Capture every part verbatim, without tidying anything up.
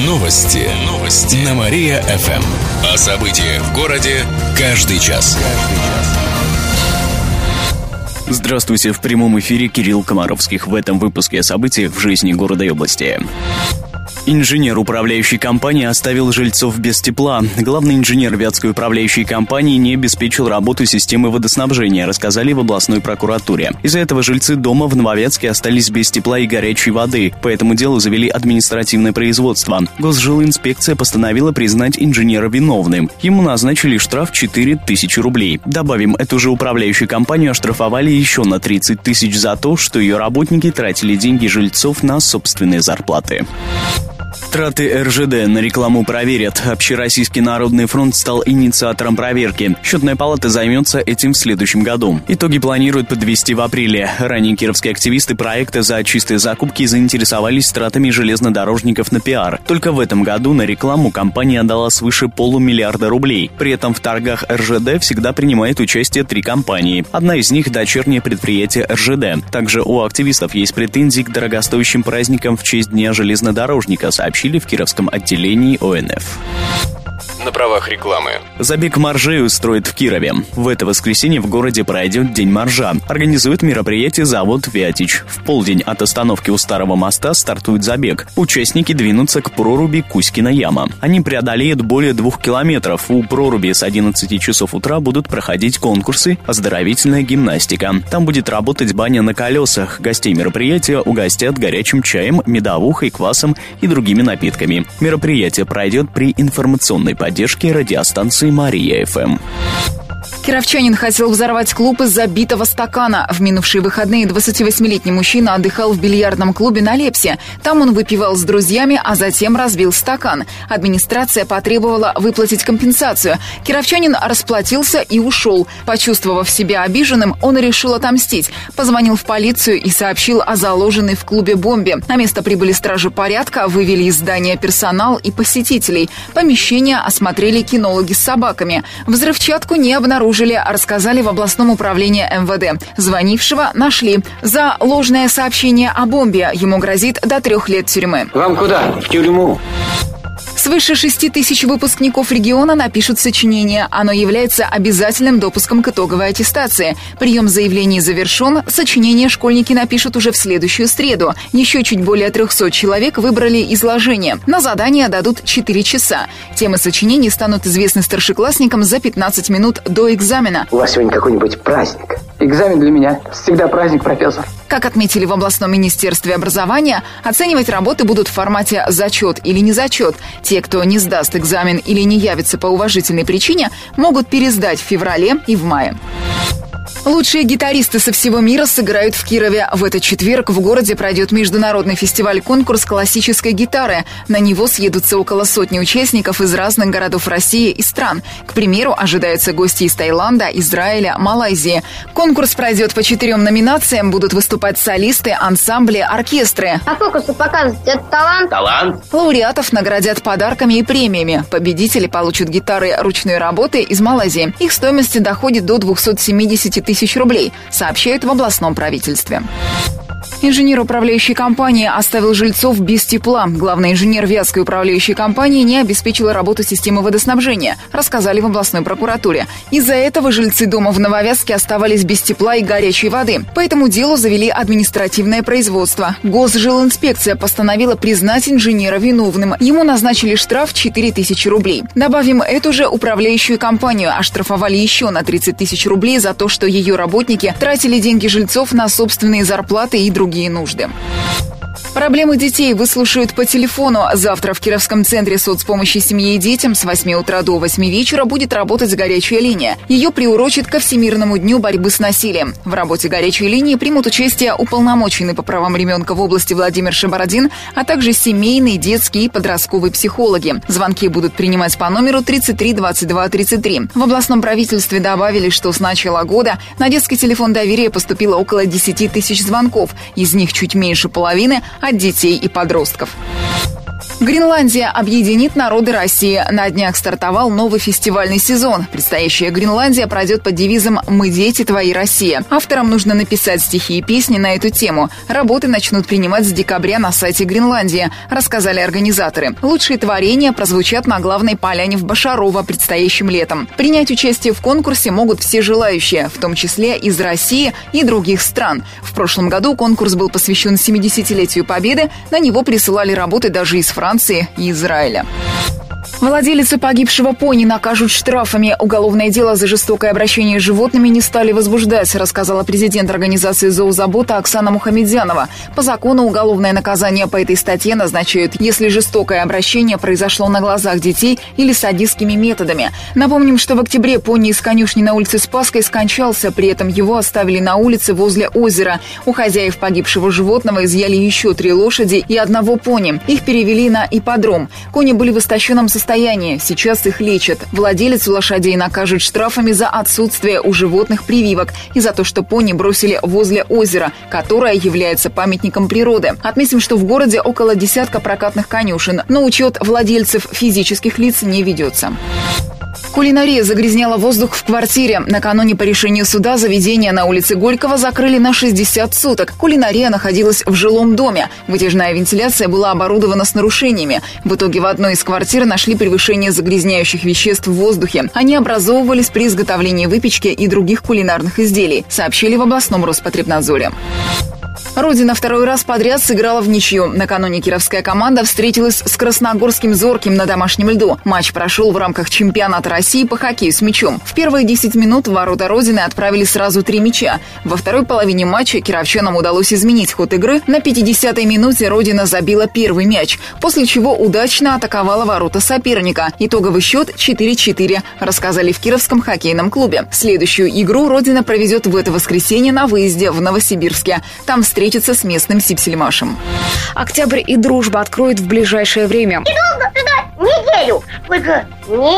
Новости. Новости. На Мария-ФМ. О событиях в городе каждый час. Здравствуйте, в прямом эфире Кирилл Комаровских. В этом выпуске о событиях в жизни города и области. Инженер управляющей компании оставил жильцов без тепла. Главный инженер Вятской управляющей компании не обеспечил работу системы водоснабжения, рассказали в областной прокуратуре. Из-за этого жильцы дома в Нововятске остались без тепла и горячей воды. По этому делу завели административное производство. Госжилинспекция постановила признать инженера виновным. Ему назначили штраф четыре тысячи рублей. Добавим, эту же управляющую компанию оштрафовали еще на тридцать тысяч за то, что ее работники тратили деньги жильцов на собственные зарплаты. Траты эр жэ дэ на рекламу проверят. Общероссийский народный фронт стал инициатором проверки. Счетная палата займется этим в следующем году. Итоги планируют подвести в апреле. Ранее кировские активисты проекта «За чистые закупки» заинтересовались тратами железнодорожников на пиар. Только в этом году на рекламу компания отдала свыше полумиллиарда рублей. При этом в торгах эр жэ дэ всегда принимает участие три компании. Одна из них – дочернее предприятие эр жэ дэ. Также у активистов есть претензии к дорогостоящим праздникам в честь Дня железнодорожника, сообщили в Кировском отделении о эн эф. На правах рекламы. Забег моржей устроит в Кирове. В это воскресенье в городе пройдет День моржа. Организует мероприятие завод «Вятич». В полдень от остановки у Старого моста стартует забег. Участники двинутся к проруби Кузькина яма. Они преодолеют более двух километров. У проруби с одиннадцати часов утра будут проходить конкурсы, оздоровительная гимнастика. Там будет работать баня на колесах. Гостей мероприятия угостят горячим чаем, медовухой, квасом и другими напитками. Мероприятие пройдет при информационной поддержке поддержки радиостанции Мария-ФМ. Кировчанин хотел взорвать клуб из-за битого стакана. В минувшие выходные двадцативосьмилетний мужчина отдыхал в бильярдном клубе на Лепсе. Там он выпивал с друзьями, а затем разбил стакан. Администрация потребовала выплатить компенсацию. Кировчанин расплатился и ушел. Почувствовав себя обиженным, он решил отомстить. Позвонил в полицию и сообщил о заложенной в клубе бомбе. На место прибыли стражи порядка, вывели из здания персонал и посетителей. Помещение осмотрели кинологи с собаками. Взрывчатку не обнаружили. Рассказали в областном управлении эм вэ дэ. Звонившего нашли. За ложное сообщение о бомбе ему грозит до трех лет тюрьмы. Вам куда? В тюрьму. Свыше шести тысяч выпускников региона напишут сочинение. Оно является обязательным допуском к итоговой аттестации. Прием заявлений завершен. Сочинение школьники напишут уже в следующую среду. Еще чуть более трехсот человек выбрали изложение. На задание дадут четыре часа. Темы сочинений станут известны старшеклассникам за пятнадцать минут до экзамена. У вас сегодня какой-нибудь праздник? Экзамен для меня. Всегда праздник, профессор. Как отметили в областном министерстве образования, оценивать работы будут в формате «зачет» или «не зачет». Те, кто не сдаст экзамен или не явится по уважительной причине, могут пересдать в феврале и в мае. Лучшие гитаристы со всего мира сыграют в Кирове. В этот четверг в городе пройдет международный фестиваль-конкурс классической гитары. На него съедутся около сотни участников из разных городов России и стран. К примеру, ожидаются гости из Таиланда, Израиля, Малайзии. Конкурс пройдет по четырем номинациям. Будут выступать солисты, ансамбли, оркестры. А фокусы показывать – это талант? Талант. Лауреатов наградят подарками и премиями. Победители получат гитары ручной работы из Малайзии. Их стоимость доходит до двухсот семидесяти тысяч рублей, сообщают в областном правительстве. Инженер управляющей компании оставил жильцов без тепла. Главный инженер Вятской управляющей компании не обеспечил работу системы водоснабжения, рассказали в областной прокуратуре. Из-за этого жильцы дома в Нововятске оставались без тепла и горячей воды. По этому делу завели административное производство. Госжилинспекция постановила признать инженера виновным. Ему назначили штраф четыре тысячи рублей. Добавим, эту же управляющую компанию оштрафовали еще на тридцать тысяч рублей за то, что ее работники тратили деньги жильцов на собственные зарплаты и другие нужды. Проблемы детей выслушают по телефону. Завтра в Кировском центре соцпомощи семье и детям с восьми утра до восьми вечера будет работать горячая линия. Ее приурочат ко Всемирному дню борьбы с насилием. В работе горячей линии примут участие уполномоченный по правам ребенка в области Владимир Шабародин, а также семейные, детские и подростковые психологи. Звонки будут принимать по номеру тридцать три двадцать два тридцать три. В областном правительстве добавили, что с начала года на детский телефон доверия поступило около десяти тысяч звонков. Из них чуть меньше половины от детей и подростков. Гренландия объединит народы России. На днях стартовал новый фестивальный сезон. Предстоящая Гренландия пройдет под девизом «Мы дети, твои Россия». Авторам нужно написать стихи и песни на эту тему. Работы начнут принимать с декабря на сайте Гренландии, рассказали организаторы. Лучшие творения прозвучат на главной поляне в Башарово предстоящим летом. Принять участие в конкурсе могут все желающие, в том числе из России и других стран. В прошлом году конкурс был посвящен семидесятилетию Победы. На него присылали работы даже из Франции. Франции и Израиля. Владелицу погибшего пони накажут штрафами. Уголовное дело за жестокое обращение с животными не стали возбуждать, рассказала президент организации «Зоозабота» Оксана Мухамедзянова. По закону уголовное наказание по этой статье назначают, если жестокое обращение произошло на глазах детей или садистскими методами. Напомним, что в октябре пони из конюшни на улице Спасской скончался, при этом его оставили на улице возле озера. У хозяев погибшего животного изъяли еще три лошади и одного пони. Их перевели на ипподром. Кони были в истощенном состоянии. Сейчас их лечат. Владелицу лошадей накажут штрафами за отсутствие у животных прививок и за то, что пони бросили возле озера, которое является памятником природы. Отметим, что в городе около десятка прокатных конюшен, но учет владельцев физических лиц не ведется. Кулинария загрязняла воздух в квартире. Накануне по решению суда заведение на улице Горького закрыли на шестьдесят суток. Кулинария находилась в жилом доме. Вытяжная вентиляция была оборудована с нарушениями. В итоге в одной из квартир нашли превышение загрязняющих веществ в воздухе. Они образовывались при изготовлении выпечки и других кулинарных изделий, сообщили в областном Роспотребнадзоре. Родина второй раз подряд сыграла в ничью. Накануне кировская команда встретилась с красногорским «Зорким» на домашнем льду. Матч прошел в рамках чемпионата России по хоккею с мячом. В первые десять минут в ворота Родины отправили сразу три мяча. Во второй половине матча кировчанам удалось изменить ход игры. На пятидесятой минуте Родина забила первый мяч, после чего удачно атаковала ворота соперника. Итоговый счет четыре-четыре, рассказали в Кировском хоккейном клубе. Следующую игру Родина проведет в это воскресенье на выезде в Новосибирске. Там встретится с местным Сипсельмашем. Октябрь и дружба откроют в ближайшее время. Недолго ждать, неделю. Сколько?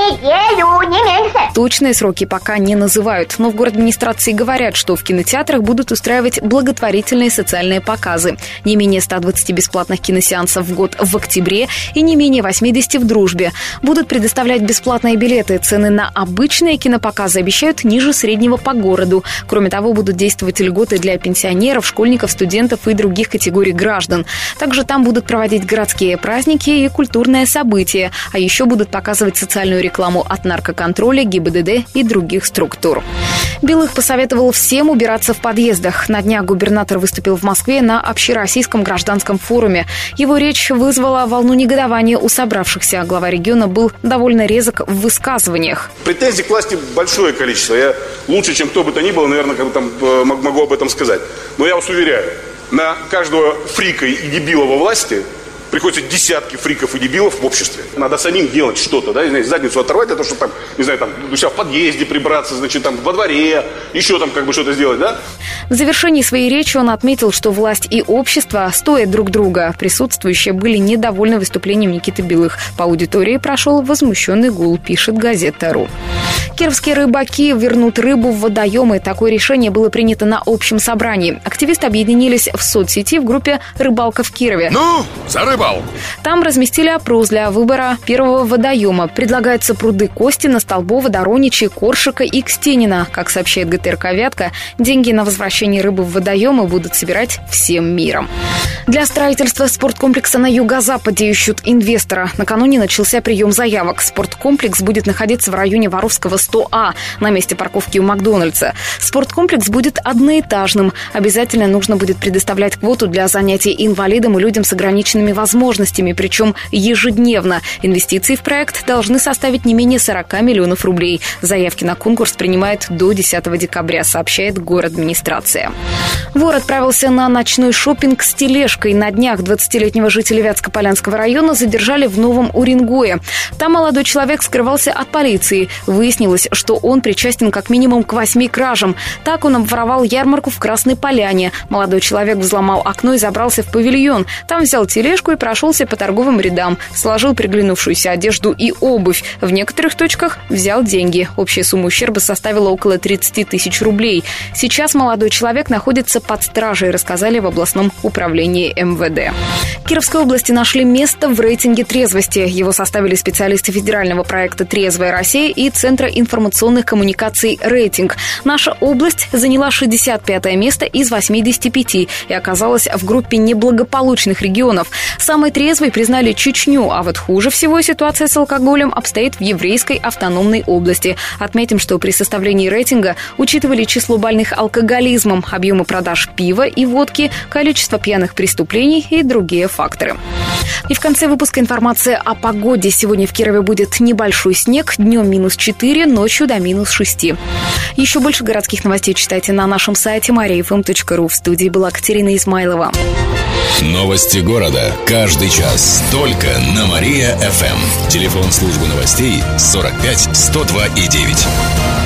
Неделю, не меньше. Точные сроки пока не называют, но в городадминистрации говорят, что в кинотеатрах будут устраивать благотворительные социальные показы. Не менее ста двадцати бесплатных киносеансов в год в октябре и не менее восьмидесяти в дружбе. Будут предоставлять бесплатные билеты. Цены на обычные кинопоказы обещают ниже среднего по городу. Кроме того, будут действовать льготы для пенсионеров, школьников, студентов и других категорий граждан. Также там будут проводить городские праздники и культурные события. А еще будут показывать социальную рекламу от наркоконтроля, ГИБДД и других структур. Белых посоветовал всем убираться в подъездах. На днях губернатор выступил в Москве на общероссийском гражданском форуме. Его речь вызвала волну негодования у собравшихся. Глава региона был довольно резок в высказываниях. Претензий к власти большое количество. Я лучше, чем кто бы то ни было, наверное, как бы там, могу об этом сказать. Но я вас уверяю, на каждого фрика и дебила во власти приходится десятки фриков и дебилов в обществе. Надо самим делать что-то, да, знаете, задницу оторвать, это что там, не знаю, там, у себя в подъезде прибраться, значит, там, во дворе, еще там как бы что-то сделать, да? В завершении своей речи он отметил, что власть и общество стоят друг друга. Присутствующие были недовольны выступлением Никиты Белых. По аудитории прошел возмущенный гул, пишет газета.ру. Кировские рыбаки вернут рыбу в водоемы. Такое решение было принято на общем собрании. Активисты объединились в соцсети в группе «Рыбалка в Кирове». Ну, за рыбалку! Там разместили опрос для выбора первого водоема. Предлагаются пруды Костина, Столбова, Дороничи, Коршика и Кстенина. Как сообщает ГТРК «Вятка», деньги на возвращение рыбы в водоемы будут собирать всем миром. Для строительства спорткомплекса на юго-западе ищут инвестора. Накануне начался прием заявок. Спорткомплекс будет находиться в районе Воровского сто А, на месте парковки у Макдональдса. Спорткомплекс будет одноэтажным. Обязательно нужно будет предоставлять квоту для занятий инвалидам и людям с ограниченными возможностями, причем ежедневно. Инвестиции в проект должны составить не менее сорока миллионов рублей. Заявки на конкурс принимают до десятого декабря, сообщает городадминистрация. Вор отправился на ночной шопинг с тележкой. На днях двадцатилетнего жителя Вятско-Полянского района задержали в Новом Уренгое. Там молодой человек скрывался от полиции. Выяснилось, что он причастен как минимум к восьми кражам. Так он обворовал ярмарку в Красной Поляне. Молодой человек взломал окно и забрался в павильон. Там взял тележку и Герой прошелся по торговым рядам, сложил приглянувшуюся одежду и обувь. В некоторых точках взял деньги. Общая сумма ущерба составила около тридцать тысяч рублей. Сейчас молодой человек находится под стражей, рассказали в областном управлении эм вэ дэ. В Кировской области нашли место в рейтинге трезвости. Его составили специалисты федерального проекта «Трезвая Россия» и Центра информационных коммуникаций «Рейтинг». Наша область заняла шестьдесят пятое место из восьмидесяти пяти и оказалась в группе неблагополучных регионов. Самой трезвой признали Чечню, а вот хуже всего ситуация с алкоголем обстоит в Еврейской автономной области. Отметим, что при составлении рейтинга учитывали число больных алкоголизмом, объемы продаж пива и водки, количество пьяных преступлений и другие факторы. И в конце выпуска информация о погоде. Сегодня в Кирове будет небольшой снег, днем минус четыре, ночью до минус шести. Еще больше городских новостей читайте на нашем сайте мария эф эм точка ру. В студии была Катерина Измайлова. Новости города. Каждый час. Только на Мария-ФМ. Телефон службы новостей сорок пять сто два и девять.